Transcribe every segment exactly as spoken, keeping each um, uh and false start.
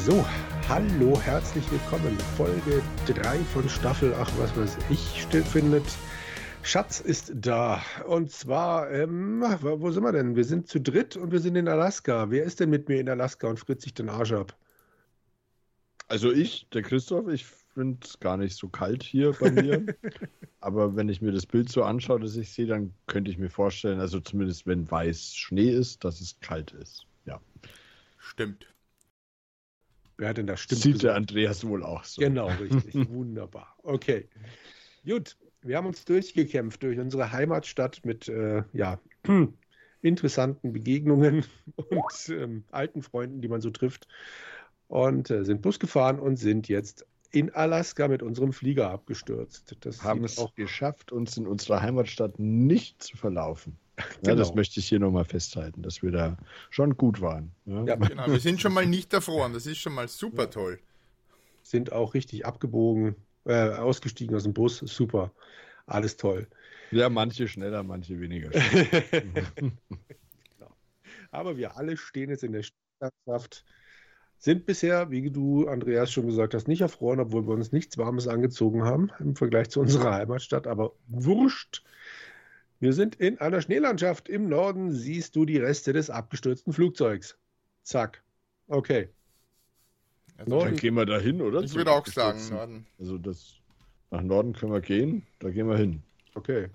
So, hallo, herzlich willkommen. Folge drei von Staffel, ach was weiß ich, stattfindet. Schatz ist da. Und zwar, ähm, wo sind wir denn? Wir sind zu dritt und wir sind in Alaska. Wer ist denn mit mir in Alaska und fritzt sich den Arsch ab? Also ich, der Christoph, ich finde es gar nicht so kalt hier bei mir. Aber wenn ich mir das Bild so anschaue, das ich sehe, dann könnte ich mir vorstellen, also zumindest wenn weiß Schnee ist, dass es kalt ist. Ja. Stimmt. Wer hat denn da stimmt Sieht gesagt? der Andreas wohl auch so. Genau, richtig. Wunderbar. Okay. Gut, wir haben uns durchgekämpft durch unsere Heimatstadt mit äh, ja, interessanten Begegnungen und ähm, alten Freunden, die man so trifft. Und äh, sind Bus gefahren und sind jetzt in Alaska mit unserem Flieger abgestürzt. Das Haben sieht es auch geschafft, uns in unserer Heimatstadt nicht zu verlaufen. Ja, Genau. das möchte ich hier nochmal festhalten, dass wir da schon gut waren. Ja. Ja. Genau, wir sind schon mal nicht erfroren. Das ist schon mal super Ja. toll. sind auch richtig abgebogen, äh, ausgestiegen aus dem Bus. Super. Alles toll. Ja, manche schneller, manche weniger schnell. Genau. Aber wir alle stehen jetzt in der Landschaft, sind bisher, wie du, Andreas, schon gesagt hast, nicht erfroren, obwohl wir uns nichts Warmes angezogen haben im Vergleich zu unserer Heimatstadt. Aber wurscht. Wir sind in einer Schneelandschaft. Im Norden siehst du die Reste des abgestürzten Flugzeugs. Zack. Okay. Also Norden. Dann gehen wir da hin, oder? ich Zum würde auch sagen, abgestürzten. Norden. Also das, nach Norden können wir gehen, da gehen wir hin. Okay.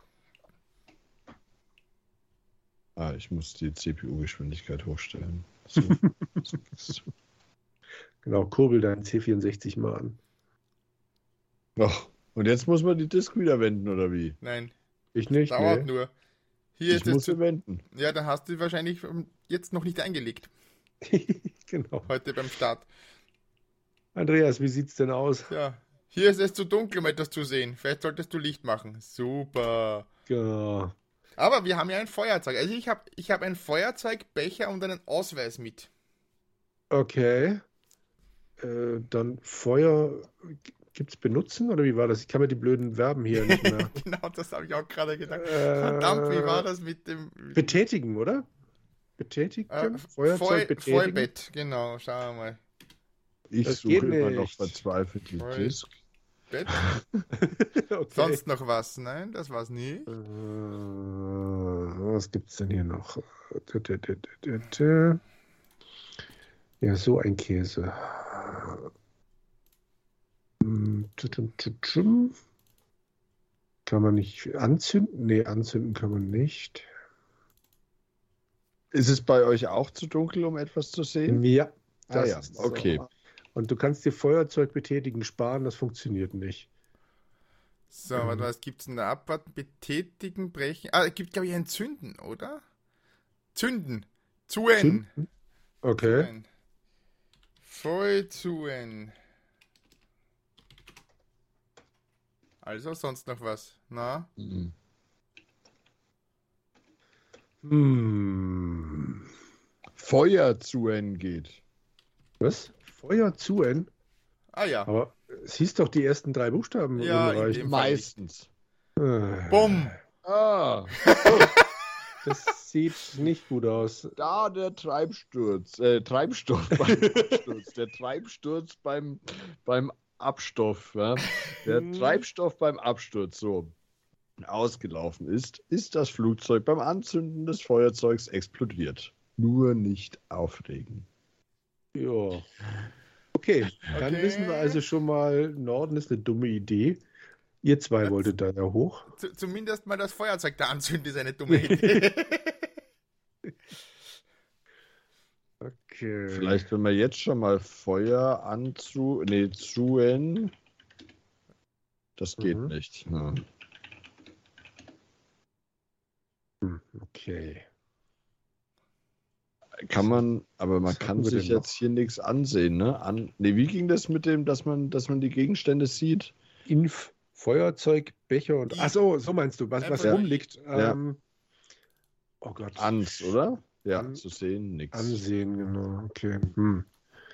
Ah, ich muss die C P U-Geschwindigkeit hochstellen. So. Genau, kurbel deinen C vierundsechzig mal an. Ach, und jetzt muss man die Disk wieder wenden, oder wie? Nein, Ich nicht, dauert nee. nur. Hier Ich ist es muss zu... sie wenden. Ja, dann hast du wahrscheinlich ähm, jetzt noch nicht eingelegt. Genau. Heute beim Start. Andreas, wie sieht's denn aus? Ja, hier ist es zu dunkel, um etwas zu sehen. Vielleicht solltest du Licht machen. Super. Genau. Aber wir haben ja ein Feuerzeug. Also ich habe ich hab ein Feuerzeug, Becher und einen Ausweis mit. Okay. Äh, dann Feuer. Gibt's benutzen oder wie war das? Ich kann mir die blöden Verben hier nicht mehr. Genau, das habe ich auch gerade gedacht. Äh, Verdammt, wie war das mit dem... Betätigen, oder? Betätigen? Äh, Feuerzeug Voll, betätigen? Vollbett, genau, schauen wir mal. Ich Das suche geht immer noch nicht. verzweifelt die Voll. Disk. Bett. Okay. Sonst noch was? Nein, das war's nie. Äh, was gibt's denn hier noch? Ja, so ein Käse. Kann man nicht anzünden? Nee, anzünden kann man nicht. Ist es bei euch auch zu dunkel, um etwas zu sehen? Ja, Ah das ja, ist okay. so. Und du kannst dir Feuerzeug betätigen, sparen, das funktioniert nicht. So, warte, was gibt's denn da? Abwarten, betätigen, brechen. Ah, es gibt, glaube ich, ein Zünden, oder? Zünden. Zuen. Zünden? Okay. Zuen. Voll zuen. Also, sonst noch was? Na? Mhm. Hm. Feuer zu N geht. Was? Feuer zuen? Ah ja. Aber es hieß doch die ersten drei Buchstaben Ja, in reichen. dem Fall nicht. Meistens. Äh, Bumm. Ah, Das sieht nicht gut aus. da der Treibsturz, äh, Treibstoff beim Absturz, der Treibsturz beim, beim Abstoff, ja? Der Mhm. Treibstoff beim Absturz so ausgelaufen ist, ist das Flugzeug beim Anzünden des Feuerzeugs explodiert. Nur nicht aufregen. Ja. Okay, dann Okay. wissen wir also schon mal, Norden ist eine dumme Idee. Ihr zwei Ja, wolltet da ja hoch. Z zumindest mal das Feuerzeug da anzünden, ist eine dumme Idee. Okay. Vielleicht, wenn wir jetzt schon mal Feuer anzu... Nee, zuen... Das geht Mhm. nicht. Ja. Hm, Okay. Kann man, aber man Was kann hatten wir sich denn jetzt hier nichts ansehen, ne? An, nee, wie ging das mit dem, dass man, dass man die Gegenstände sieht? Inf, Feuerzeug, Becher und. Ach so, so meinst du, was, was Ja. rumliegt. Ja. Ähm, oh Gott. Ans, oder? Ja, An- zu sehen, nix. Ansehen, genau. Okay. Hm.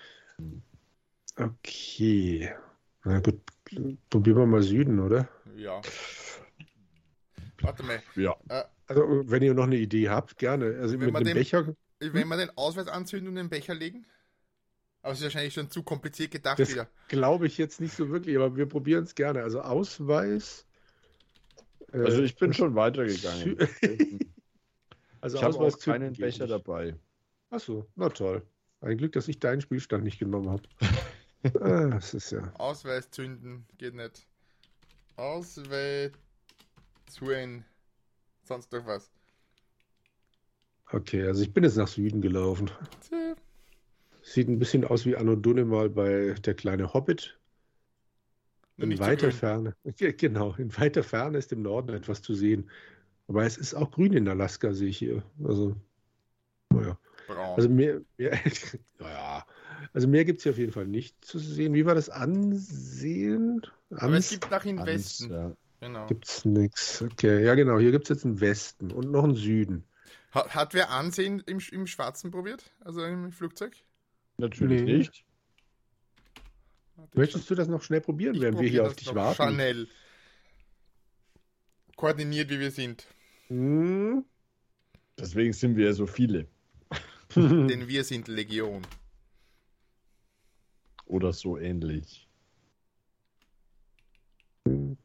Okay. Na gut, probieren wir mal Süden, oder? Ja. Warte mal. Ja. Äh, Also, wenn ihr noch eine Idee habt, gerne. Also Wenn mit man dem den- Becher. wenn wir den Ausweis anzünden und den Becher legen? Aber es ist wahrscheinlich schon zu kompliziert gedacht Das wieder. glaube ich jetzt nicht so wirklich, aber wir probieren es gerne. Also Ausweis. äh, Also ich bin das- schon weitergegangen. Also Ich habe Ausweis auch keinen zünden geht Becher nicht. dabei. Achso, na toll. Ein Glück, dass ich deinen Spielstand nicht genommen habe. ah, das ist ja. Ausweis zünden geht nicht. Ausweis zünden. Sonst doch was. Okay, also ich bin jetzt nach Süden gelaufen. Tja. Sieht ein bisschen aus wie Anno Dunnemal bei Der kleine Hobbit. Nur In nicht so weiter grün. Ferne, Ge- genau, in weiter Ferne ist im Norden etwas zu sehen. Aber es ist auch grün in Alaska, sehe ich hier. Also, naja. Braun. Also mehr, mehr, naja. Also mehr gibt es hier auf jeden Fall nicht zu sehen. Wie war das Ansehen? Aber es Ans gibt nach in Ans, Westen. ja. Genau. gibt's nichts. Okay, ja genau, hier gibt es jetzt einen Westen und noch einen Süden. Hat, hat wer Ansehen im, im Schwarzen probiert? Also im Flugzeug? Natürlich Nee. nicht. Möchtest du das noch schnell probieren, Ich während wir probier hier das auf dich noch warten? Chanel. Koordiniert, wie wir sind. Hm? Deswegen sind wir ja so viele. Denn wir sind Legion. Oder so ähnlich. Hm?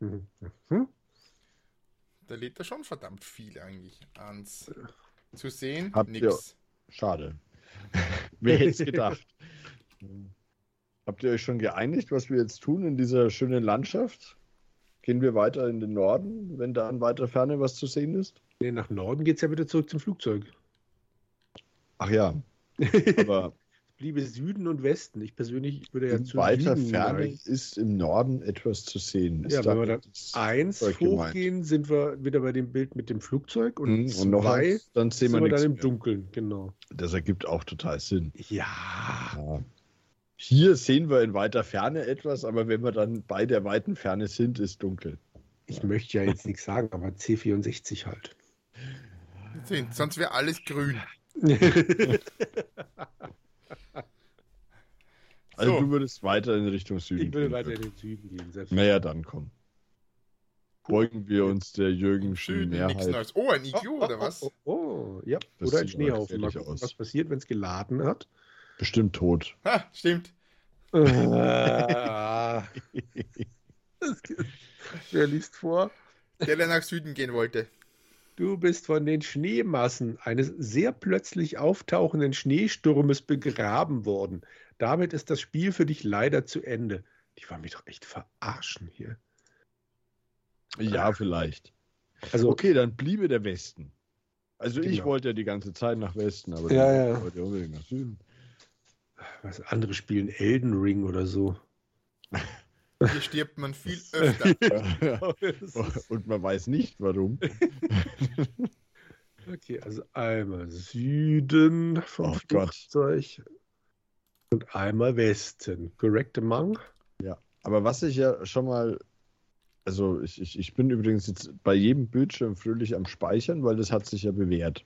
Da lädt da schon verdammt viel eigentlich ans zu sehen. Habt ihr- Nix. Schade. Wer hätte es gedacht? Habt ihr euch schon geeinigt, was wir jetzt tun in dieser schönen Landschaft? Gehen wir weiter in den Norden, wenn da in weiter Ferne was zu sehen ist? Nee, nach Norden geht es ja wieder zurück zum Flugzeug. Ach ja, aber Bliebe Süden und Westen. Ich persönlich würde ja in zu weiter Süden Ferne neigen. ist im Norden etwas zu sehen. Ist Ja, wenn wir dann das eins Zeug gemeint? hochgehen, sind wir wieder bei dem Bild mit dem Flugzeug und, Mhm, und noch zwei eins, dann sehen sind wir wir dann nichts im mehr. Dunkeln. Genau. Das ergibt auch total Sinn. Ja. Ja. Hier sehen wir in weiter Ferne etwas, aber wenn wir dann bei der weiten Ferne sind, ist dunkel. Ich möchte ja jetzt nichts sagen, aber C vierundsechzig halt. Sind, sonst wäre alles grün. Also So. du würdest weiter in Richtung Süden Ich will gehen. weiter in den Süden gehen. Selbst. Naja, dann komm. Beugen wir uns der Im Jürgenschen Süden nichts Mehrheit. Neues. Oh, ein Iglu oder was? Oh, oh, oh. Ja. Das Oder ein sieht aber Schneehaufen. Mal gefährlich gucken, aus. was passiert, wenn es geladen hat. Bestimmt tot. Ha, stimmt. Ah. Das- Wer liest vor? Der, der nach Süden gehen wollte. Du bist von den Schneemassen eines sehr plötzlich auftauchenden Schneesturmes begraben worden. Damit ist das Spiel für dich leider zu Ende. Die wollen mich doch echt verarschen hier. Ja, vielleicht. Also, Okay, dann bliebe der Westen. Also ich Genau. wollte ja die ganze Zeit nach Westen, aber Ja, der ja. wollte ja unbedingt nach Süden. was andere spielen Elden Ring oder so. Hier stirbt man viel öfter. Und man weiß nicht, warum. Okay, also einmal Süden vom Oh Gott. Flugzeug und einmal Westen. Correct among? Aber was ich ja schon mal, also ich, ich, ich bin übrigens jetzt bei jedem Bildschirm fröhlich am Speichern, weil das hat sich ja bewährt.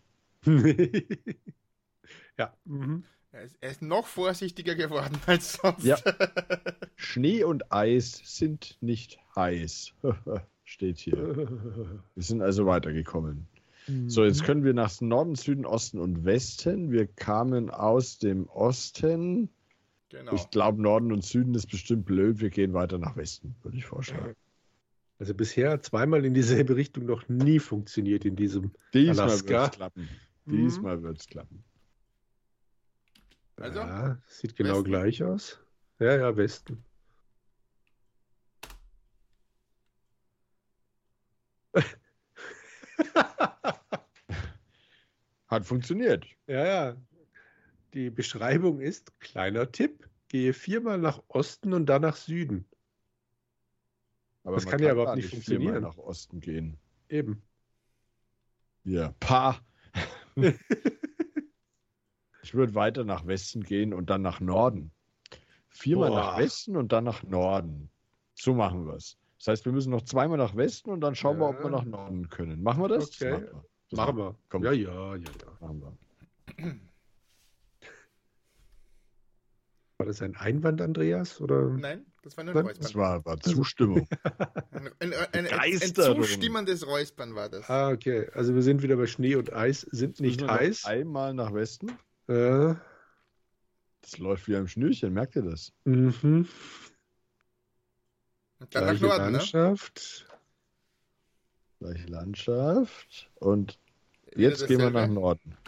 Ja. Mhm. Er ist, er ist noch vorsichtiger geworden als sonst. Ja. Schnee und Eis sind nicht heiß. Steht hier. Wir sind also weitergekommen. So, jetzt können wir nach Norden, Süden, Osten und Westen. Wir kamen aus dem Osten. Genau. Ich glaube, Norden und Süden ist bestimmt blöd. Wir gehen weiter nach Westen, würde ich vorschlagen. Also bisher zweimal in dieselbe Richtung noch nie funktioniert in diesem Diesmal Alaska. wird es klappen. Mhm. Diesmal wird es klappen. Also? Ja, sieht genau Westen. gleich aus. Ja, ja, Westen. Hat funktioniert. Ja, ja. Die Beschreibung ist, kleiner Tipp, gehe viermal nach Osten und dann nach Süden. Aber Das man kann ja überhaupt gar nicht viermal funktionieren. nach Osten gehen. Eben. Ja. Pa. Ich würde weiter nach Westen gehen und dann nach Norden. Viermal Boah. nach Westen und dann nach Norden. So machen wir es. Das heißt, wir müssen noch zweimal nach Westen und dann schauen wir, ob Ja. wir nach Norden können. Machen wir das? Okay. Das machen wir. Das Machen wir. Komm. Ja, ja, ja, ja. Machen wir. War das ein Einwand, Andreas? Oder? Nein, das war nur ein Nein, Räuspern. Das war, war Zustimmung. Ein, ein, ein, ein, ein Begeisterung. zustimmendes Räuspern war das. Ah, okay. Also wir sind wieder bei Schnee und Eis, sind nicht Müssen wir noch heiß. Einmal nach Westen. Äh, Das läuft wie am Schnürchen, merkt ihr das? Mhm. Und dann nach Gleiche Norden, ne? Landschaft. Gleiche Landschaft. Und Wieder jetzt gehen wir nach dasselbe. Norden.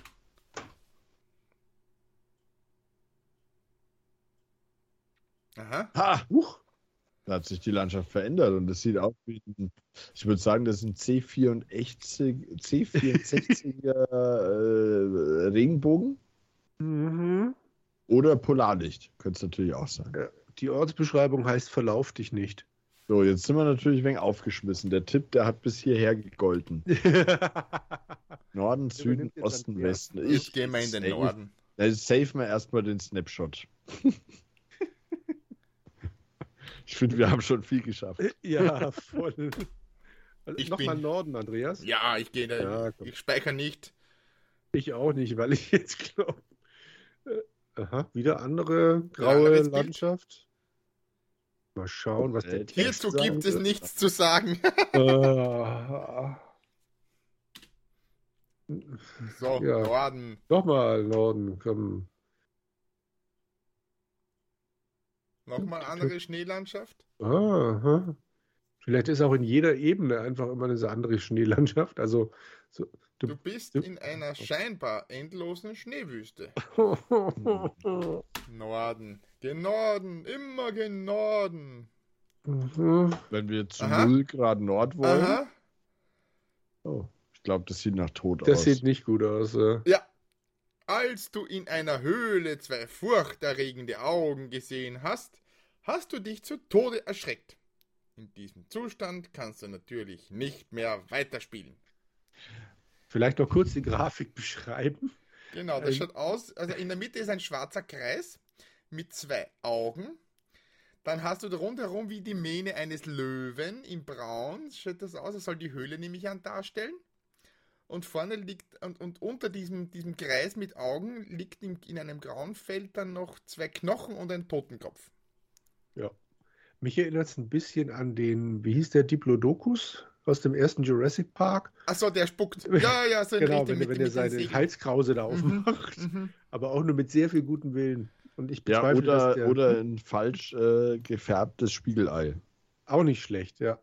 Aha. Ha! Huch. Da hat sich die Landschaft verändert und das sieht aus wie ein, ich würde sagen, das ist ein C vierundachtzig, C vierundsechziger äh, Regenbogen Mhm. oder Polarlicht. Könnte es natürlich auch sein. Ja, die Ortsbeschreibung heißt Verlauf dich nicht. So, jetzt sind wir natürlich ein wenig aufgeschmissen. Der Tipp, der hat bis hierher gegolten. Norden, Süden, Übernimmt jetzt Osten, Andreas. Westen. Jetzt gehen wir in den safe- Norden. Äh, Save mir erstmal den Snapshot. Ich finde, wir haben schon viel geschafft. Ja, voll. Also Ich nochmal bin- Norden, Andreas. Ja, ich gehe da. Ja, komm. ich speichere nicht. Ich auch nicht, weil ich jetzt glaube. Aha, wieder andere graue anderes Bild. Landschaft. Mal schauen, was der Äh, Text Hierzu sagen gibt es wird. nichts zu sagen. Ah, So, Ja. Norden. Nochmal Norden, komm. Nochmal andere Schneelandschaft. Aha. Vielleicht ist auch in jeder Ebene einfach immer eine andere Schneelandschaft. Also so, Du bist du- in einer scheinbar endlosen Schneewüste. Norden. Gen Norden. Immer gen Norden. Mhm. Wenn wir zu Aha. null Grad Nord wollen. Aha. Oh, ich glaube, das sieht nach Tod Das aus. sieht nicht gut aus. äh. Ja. Als du in einer Höhle zwei furchterregende Augen gesehen hast, hast du dich zu Tode erschreckt. In diesem Zustand kannst du natürlich nicht mehr weiterspielen. Vielleicht noch kurz die Grafik beschreiben. Genau, das Ähm. schaut aus, also in der Mitte ist ein schwarzer Kreis mit zwei Augen. Dann hast du da rundherum wie die Mähne eines Löwen in Braun, schaut das aus, das soll die Höhle nämlich an darstellen. Und vorne liegt, und, und unter diesem, diesem Kreis mit Augen liegt in, in einem grauen Feld dann noch zwei Knochen und ein Totenkopf. Ja. Mich erinnert es ein bisschen an den, wie hieß der, Diplodocus aus dem ersten Jurassic Park. Achso, der spuckt. Ja, ja, so in Genau, Richtung wenn, mit, wenn mit er den seine Segeln. Halskrause da Mhm, aufmacht. mhm. Aber auch nur mit sehr viel gutem Willen. Und ich Ja, bezweifle, dass oder, der oder ein falsch äh, gefärbtes Spiegelei. auch nicht schlecht, ja.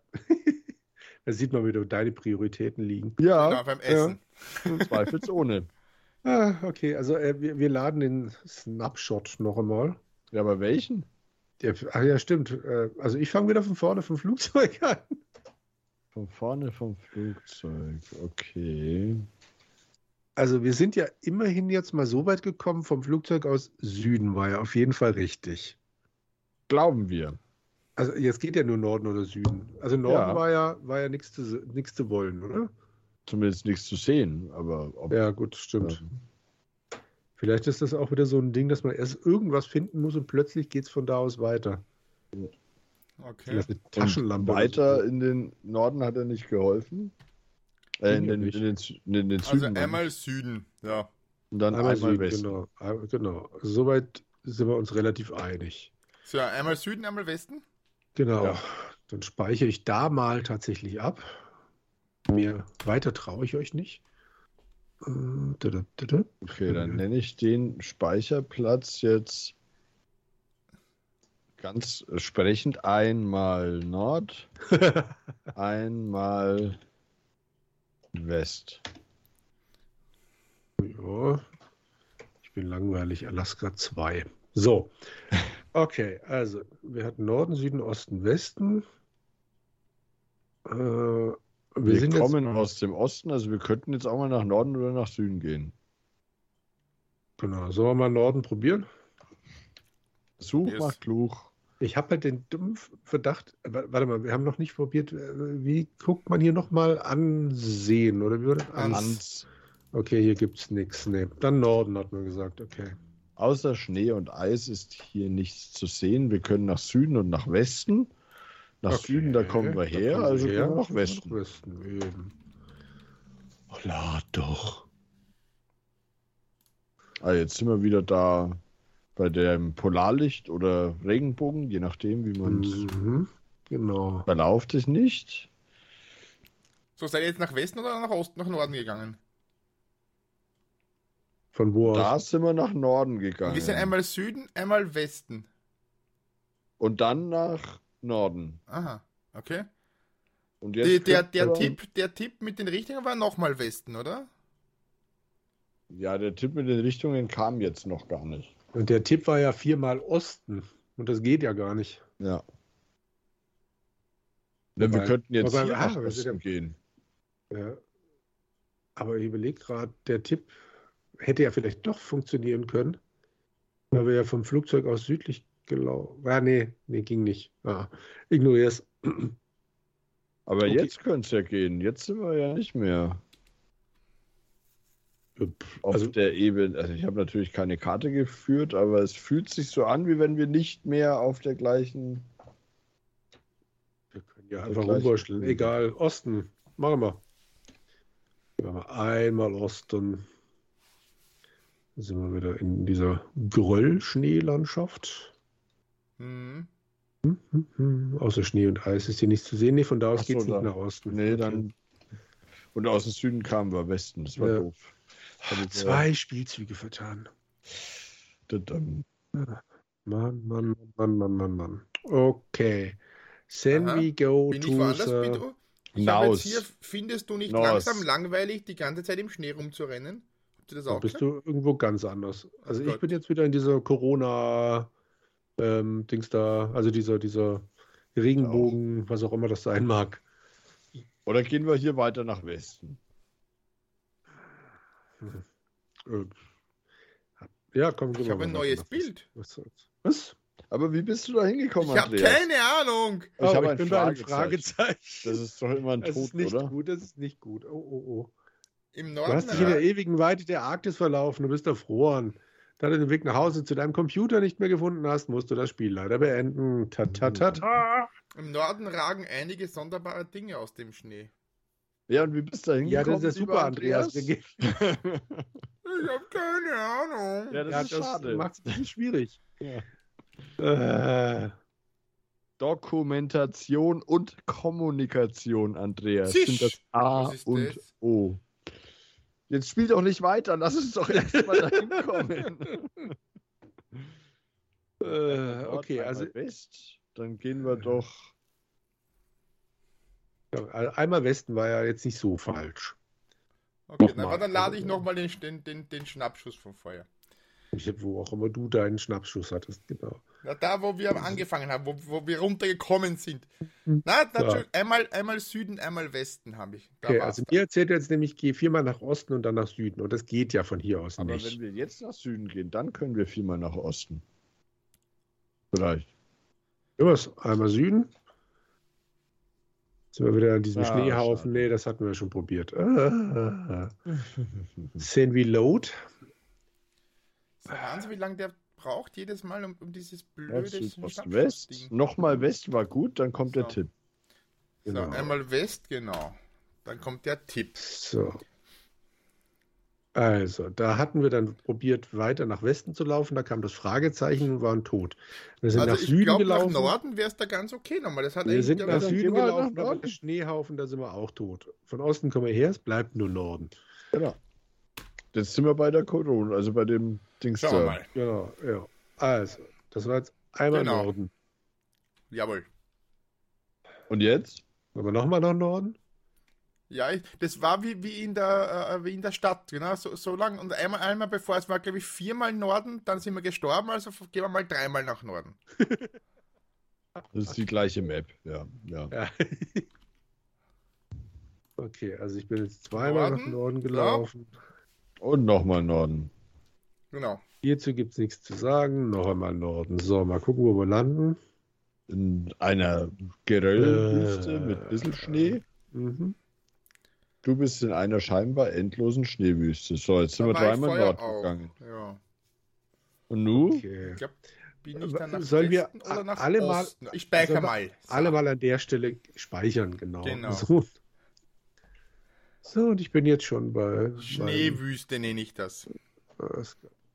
Da sieht man wieder, wo deine Prioritäten liegen. Ja, Genau, beim Essen. zweifelsohne. Ah, okay, also äh, wir, wir laden den Snapshot noch einmal. Ja, aber welchen? Der, ach ja, stimmt. Äh, also ich fange wieder von vorne vom Flugzeug an. Von vorne vom Flugzeug. Okay. Also wir sind ja immerhin jetzt mal so weit gekommen, vom Flugzeug aus Süden war ja auf jeden Fall richtig. Glauben wir. Also jetzt geht ja nur Norden oder Süden. Also Norden Ja. war ja, war ja nichts zu, nichts zu wollen, oder? Zumindest nichts zu sehen. Aber ob, Ja, gut, stimmt. ähm, Vielleicht ist das auch wieder so ein Ding, dass man erst irgendwas finden muss und plötzlich geht es von da aus weiter. Okay. Vielleicht eine und Taschenlampe. oder weiter so. in den Norden hat er nicht geholfen. Äh, in, Ging ja den, in, nicht. den, Sü- in den Süden. Also meine ich. einmal Süden, ja. Und dann Einmal einmal, Süden, Westen. genau. Ah, genau. Soweit sind wir uns relativ einig. So, einmal Süden, einmal Westen. Genau. Ja. Dann speichere ich da mal tatsächlich ab. Mehr weiter traue ich euch nicht. Äh, da, da, da, da. Okay, dann nenne ich den Speicherplatz jetzt ganz sprechend einmal Nord, einmal West. Ja, ich bin langweilig. Alaska zwei. So. Okay, also wir hatten Norden, Süden, Osten, Westen. Äh, wir Wir, sind kommen aus dem Osten, also wir könnten jetzt auch mal nach Norden oder nach Süden gehen. jetzt. Genau. Sollen wir mal Norden probieren? Such Yes. macht klug. Ich habe halt den dummen Verdacht. wa- Warte mal, wir haben noch nicht probiert. äh, Wie guckt man hier nochmal ansehen? Oder wie würde Ans- Ans, Okay, hier gibt es nichts. Nee. Dann Norden, hat man gesagt. Okay. außer Schnee und Eis ist hier nichts zu sehen. Wir können nach Süden und nach Westen. Nach Okay, Süden, da kommen wir da her, kommen wir also her. gehen wir nach Westen. Nach Westen eben. Oh, lad doch. Ah, jetzt sind wir wieder da bei dem Polarlicht oder Regenbogen, je nachdem, wie man es Mhm. Genau. verlauft es nicht. So, seid ihr jetzt nach Westen oder nach Osten, nach Norden gegangen? Von wo Da aus? sind wir nach Norden Wir sind gegangen. einmal Süden, einmal Westen. Und dann nach Norden. Aha, okay. Und Die, jetzt der, könnten der, wir- Tipp, der Tipp mit den Richtungen war nochmal Westen, oder? Ja, der Tipp mit den Richtungen kam jetzt noch gar nicht. Und der Tipp war ja viermal Osten. Und das geht ja gar nicht. Ja. Ja, wir Wobei- könnten jetzt wobei- hier ah, nach wir sind Osten gehen. Ja. Aber ich überlege gerade, der Tipp hätte ja vielleicht doch funktionieren können, weil wir ja vom Flugzeug aus südlich gelaufen. Ah, nee, nee, ging nicht. Ah, ignorier's. Aber Okay. jetzt könnte es ja gehen. Jetzt sind wir ja nicht mehr auf Also, der Ebene. Also ich habe natürlich keine Karte geführt, aber es fühlt sich so an, wie wenn wir nicht mehr auf der gleichen. wir können ja Der einfach gleiche rumwurschteln. Flügel. Egal, Osten. Machen wir. Machen wir einmal Osten. Dann sind wir wieder in dieser Geröllschneelandschaft. Hm. Hm, hm, hm. Außer Schnee und Eis ist hier nichts zu sehen. Nee, von da aus Ach so, geht es nicht da- nach Osten. Nee, Okay. dann. Und aus dem Süden kamen wir Westen. Das war Ja. doof. Hab ich, Zwei Spielzüge vertan. äh, dann- Mann, Mann, Mann, Mann, Mann, Mann. Okay. Then Aha. we go Bin ich to woanders? the... Bitte? Ich habe Naus. jetzt hier, findest du nicht Naus. langsam langweilig, die ganze Zeit im Schnee rumzurennen? Habt ihr das Da auch bist gesagt? du irgendwo ganz anders. Also Oh ich Gott. bin jetzt wieder in dieser Corona ähm, Dings da, also dieser, dieser Regenbogen, was auch immer das sein mag. Oder gehen wir hier weiter nach Westen? Äh, Ja, komm, gehen Ich wir habe ein mal neues weiter. Bild. Was? Was? was? Aber wie bist du da hingekommen, Ich habe Andreas? keine Ahnung. Ich Oh, habe ein bin bei einem Fragezeichen. Fragezeichen. Das ist doch immer ein Das Tod, ist nicht oder? gut, das ist nicht gut. Oh, oh, oh. Im Du Norden. hast dich in der äh, ewigen Weite der Arktis verlaufen, du bist erfroren. Da du den Weg nach Hause zu deinem Computer nicht mehr gefunden hast, musst du das Spiel leider beenden. Ta ta ta ta. Im Norden ragen einige sonderbare Dinge aus dem Schnee. Ja, und wie bist du da Ja, hingekommen? das ist ja lieber super, Andreas. Wir gehen- Ich habe keine Ahnung. ja, das ja, ist das schade. macht es ein bisschen schwierig. Ja. Äh, Dokumentation und Kommunikation, Andreas, Zisch. sind das A Was ist und das? O. Jetzt spiel doch nicht weiter, lass uns doch erst mal dahin kommen. äh, okay, Nord, also einmal West, dann gehen wir doch. ja, einmal Westen war ja jetzt nicht so falsch. Okay, Nochmal. aber dann lade ich Also, nochmal den, den, den, den Schnappschuss vom Feuer. Ich, wo auch immer du deinen Schnappschuss hattest, genau. Na, da, wo wir angefangen haben, wo, wo wir runtergekommen sind. Na, na Ja. Entschuldigung, einmal, einmal Süden, einmal Westen habe ich. Da Okay, war's also dann. mir erzählt er jetzt nämlich, geh viermal nach Osten und dann nach Süden. Und das geht ja von hier aus Aber nicht. wenn wir jetzt nach Süden gehen, dann können wir viermal nach Osten. Vielleicht. Was? Einmal Süden. Sind wir wieder an diesem Ah, Schneehaufen? schade. Nee, das hatten wir schon probiert. Ah, Sehen wie Load. Das ist Wahnsinn, wie lange der braucht jedes Mal, um, um dieses blöde Nord, Süd, Ost, Schnappschussding. West. Nochmal West war gut, dann kommt der So. Tipp. So, Genau. einmal West, genau. Dann kommt der Tipp. So. Also, da hatten wir dann probiert, weiter nach Westen zu laufen. Da kam das Fragezeichen und waren tot. Wir sind Also nach ich Süden glaube, nach gelaufen. Norden wäre es da ganz okay nochmal. Das hat Wir eigentlich sind der- nach dann Süden gehen wir halt gelaufen, nach aber Norden. der Schneehaufen, da sind wir auch tot. Von Osten kommen wir her, es bleibt nur Norden. Genau. Jetzt sind wir bei der Corona, also bei dem Dings. Schauen wir da. mal. Genau, ja. Also, das war jetzt einmal Genau. Norden. Jawohl. Und jetzt? Aber nochmal nach Norden? Ja, ich, das war wie, wie, in der, äh, wie in der Stadt, genau, so, so lang. Und einmal, einmal bevor, es war, glaube ich, viermal Norden, dann sind wir gestorben, also gehen wir mal dreimal nach Norden. Das ist die gleiche Map, ja. ja. Ja. Okay, also ich bin jetzt zweimal nach Norden, Norden gelaufen. Und nochmal Norden. Genau. Hierzu gibt es nichts zu sagen. Noch einmal Norden. So, mal gucken, wo wir landen. In einer Geröllwüste Äh. mit ein bisschen Schnee. Mhm. Du bist in einer scheinbar endlosen Schneewüste. So, jetzt sind Da wir war ich dreimal vorher Nord auch. gegangen. Ja. Und nu? Okay. Ich glaube, bin ich dann nach Sollen wir Westen oder nach alle mal- Osten? Ich speichere sollen wir mal. So. Alle mal an der Stelle speichern, genau. Genau. So. So, und ich bin jetzt schon bei. Schneewüste nenne ich das. Beim,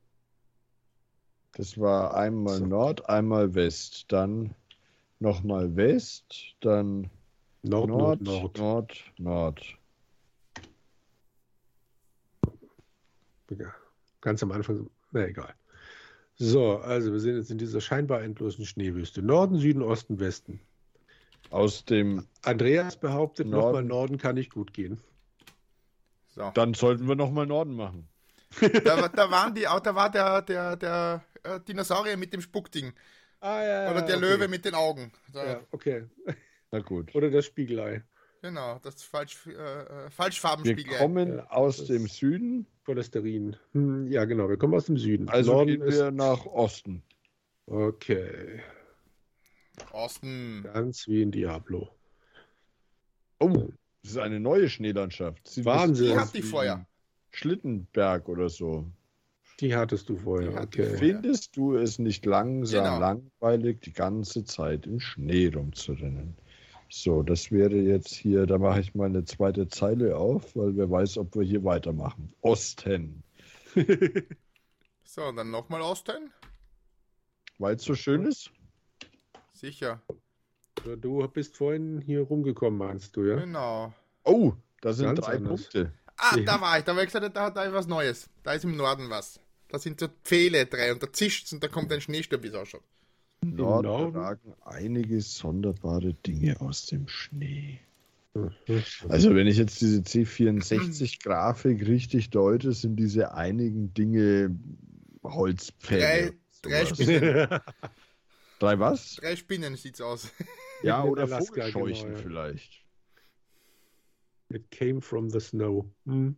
Das war einmal So. Nord, einmal West. Dann nochmal West, dann Nord, Nord, Nord, Nord. Nord, Nord. Ja. ganz am Anfang, na egal. So, also wir sind jetzt in dieser scheinbar endlosen Schneewüste. Norden, Süden, Osten, Westen. Aus dem Andreas behauptet, Norden. nochmal Norden kann nicht gut gehen. So. Dann sollten wir nochmal Norden machen. Da, da waren die, da war der, der, der äh, Dinosaurier mit dem Spuckding. Ah, ja, Oder der okay. Löwe mit den Augen. So, Ja, okay. Na gut. Oder das Spiegelei. Genau, das falsch, äh, Wir Falschfarbenspiegel. kommen Ja, aus das- dem Süden, Cholesterin. Hm, ja, genau, wir kommen aus dem Süden. also Norden gehen wir nach Osten. Okay, Osten. ganz wie in Diablo. Oh, das ist eine neue Schneelandschaft. Sieht ein Wahnsinn. bisschen Die aus hat die wie vorher. Schlittenberg oder so. Die hattest du vorher, Die hatte ich okay. vorher. Findest du es nicht langsam Genau. langweilig, die ganze Zeit im Schnee rumzurennen? So, das wäre jetzt hier, da mache ich mal eine zweite Zeile auf, weil wer weiß, ob wir hier weitermachen. Osten. So, und dann nochmal Osten. Weil es so schön ist? Sicher. Oder Du bist vorhin hier rumgekommen, meinst du, ja? Genau. Oh, da sind Ganz drei anders. Punkte. Ah, Ja. da war ich. Da war ich gesagt, da, da ist was Neues. Da ist im Norden was. Da sind so Pfähle drei und da zischt's und da kommt ein Schneesturm, wie es ausschaut. Im Norden Norden? ragen einige sonderbare Dinge aus dem Schnee. Mhm. Also wenn ich jetzt diese C vierundsechzig-Grafik richtig deute, sind diese einigen Dinge Holzpfähle. Drei, drei, sowas. Spinnen, Drei was? drei Spinnen sieht's aus. Ja, in oder Alaska, Vogelscheuchen genau, ja. vielleicht. It came from the snow. Hm.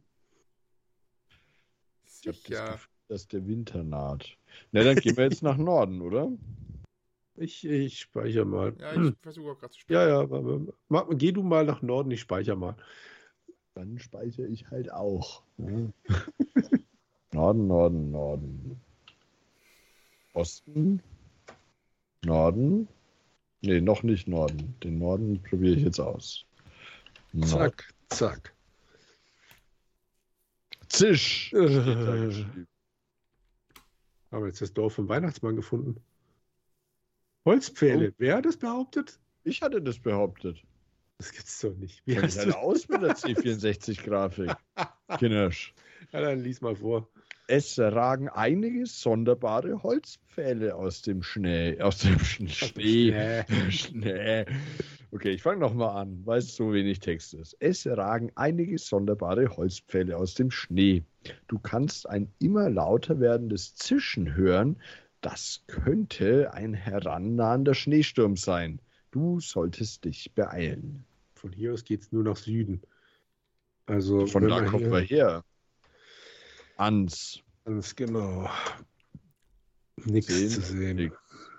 Ich habe das Sicher. Gefühl, dass der Winter naht. Na, dann gehen wir jetzt nach Norden, oder? Ich, ich speichere mal. Ja, ich versuche auch gerade zu spielen. Ja, ja, aber, mach, geh du mal nach Norden, ich speichere mal. Dann speichere ich halt auch. Ja. Norden, Norden, Norden. Osten. Norden. Nee, noch nicht Norden. Den Norden probiere ich jetzt aus. Nord- Zack, zack. Zisch. Äh. steht da geschrieben. Haben wir jetzt das Dorf vom Weihnachtsmann gefunden. Holzpfähle. Oh. Wer hat das behauptet? Ich hatte das behauptet. Das gibt's doch nicht. Wie Kennt hast halt du? aus mit der C vierundsechzig-Grafik. Kindersch. Ja, dann lies mal vor. Es ragen einige sonderbare Holzpfähle aus dem Schnee. Aus dem Sch Schnee. Schnee. Schnee. Okay, ich fange nochmal an, weil es so wenig Text ist. Es ragen einige sonderbare Holzpfähle aus dem Schnee. Du kannst ein immer lauter werdendes Zischen hören. Das könnte ein herannahender Schneesturm sein. Du solltest dich beeilen. Von hier aus geht's nur nach Süden. Also Von wenn da wir kommen hier- wir her. Ans. Ganz genau. Nichts Sehen, zu sehen. nix.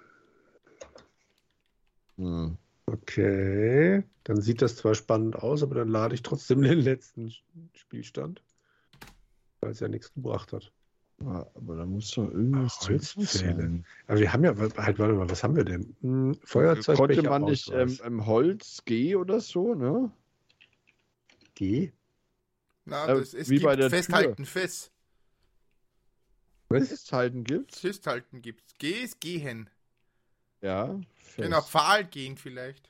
Hm. Okay, dann sieht das zwar spannend aus, aber dann lade ich trotzdem den letzten Spielstand, weil es ja nichts gebracht hat. Ja, aber da muss doch irgendwas zu Holzpfähle. sein. Aber wir haben ja, halt, warte mal, was haben wir denn? Hm, Feuerzeug, Konnte Becher, man nicht ähm, Ausweis. ähm, Holz G oder so, ne? G? Na, Äh, das, es wie gibt bei der Festhalten, Fest. Was? Festhalten gibt's? Festhalten gibt's. G ist gehen. Ja. Fest. Genau, Pfahl gehen vielleicht.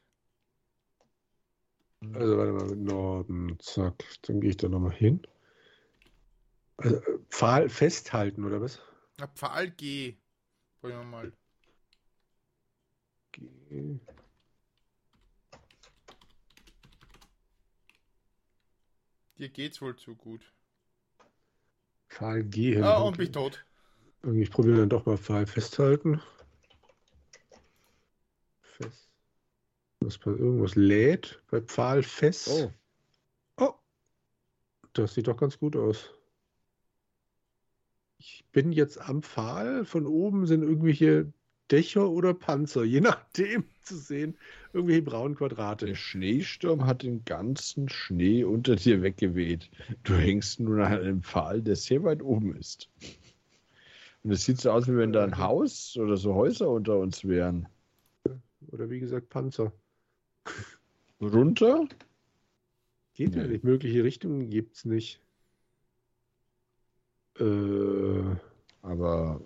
Also warte mal, Norden, zack, dann gehe ich da nochmal hin. Also, äh, Pfahl festhalten, oder was? Na, Pfahl G. Probieren wir mal. G. Dir geht's wohl zu gut. Pfahl G. Ah, und bin tot. Irgendwie, ich probiere dann doch mal Pfahl festhalten. Fest. Was bei irgendwas lädt bei Pfahl fest. Oh, Oh, das sieht doch ganz gut aus. Ich bin jetzt am Pfahl. Von oben sind irgendwelche Dächer oder Panzer, je nachdem zu sehen. Irgendwelche braunen Quadrate. der Schneesturm hat den ganzen Schnee unter dir weggeweht. Du hängst nun an einem Pfahl, der sehr weit oben ist. Und es sieht so aus, wie wenn da ein Haus oder so Häuser unter uns wären. Oder wie gesagt Panzer. Runter? Geht ja Nee. nicht. Mögliche Richtungen gibt es nicht. Äh, Aber.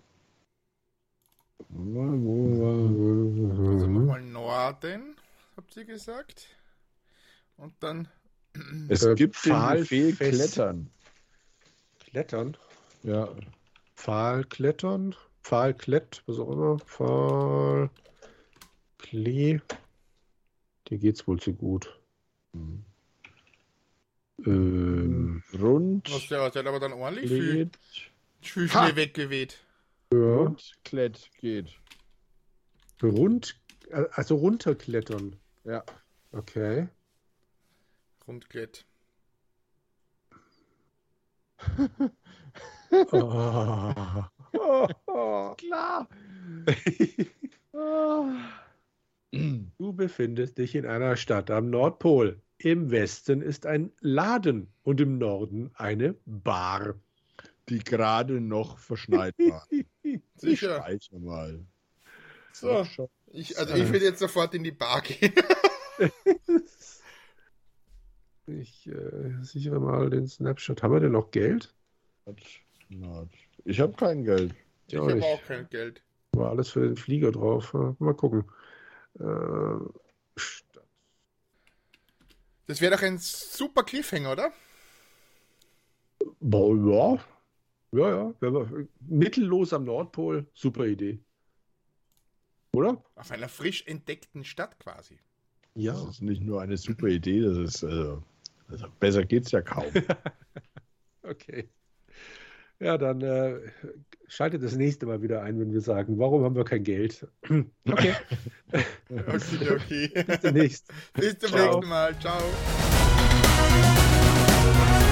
Wo, wo, Also mhm. nochmal Norden, habt ihr gesagt. Und dann. Es Äh, gibt den Pfahl Befehl fest. Klettern. Klettern. Ja. Pfahlklettern, Pfahlklett, was auch immer, Pfahl, Klee, dir geht's wohl zu gut. Hm. Ähm, Rund, Was der, der hat aber dann ordentlich viel, Klett, viel Ha! Schnee weggeweht. ja, Rund, Klett geht. rund, äh, also runterklettern. Ja. Okay. Rundklett. Oh. Klar. Du befindest dich in einer Stadt am Nordpol. Im Westen ist ein Laden und im Norden eine Bar. Die gerade noch verschneit war. Ich Sicher. speichere mal. So. Schon. Ich, also ich würde jetzt sofort in die Bar gehen. Ich äh, sichere mal den Snapshot. Haben wir denn noch Geld? Ich habe kein Geld. Ich Ja, habe ich- auch kein Geld. War alles für den Flieger drauf. Ja, mal gucken. Äh, Stadt. Das wäre doch ein super Cliffhanger, oder? Boah, ja. Ja, ja. Wenn wir, mittellos am Nordpol. Super Idee. Oder? Auf einer frisch entdeckten Stadt quasi. Ja. Das ist nicht nur eine super Idee, das ist, also, also besser geht's ja kaum. Okay. Ja, dann äh, schaltet das nächste Mal wieder ein, wenn wir sagen, warum haben wir kein Geld? Okay, Okay, okay. bis demnächst. Bis zum Ciao. nächsten Mal. Ciao.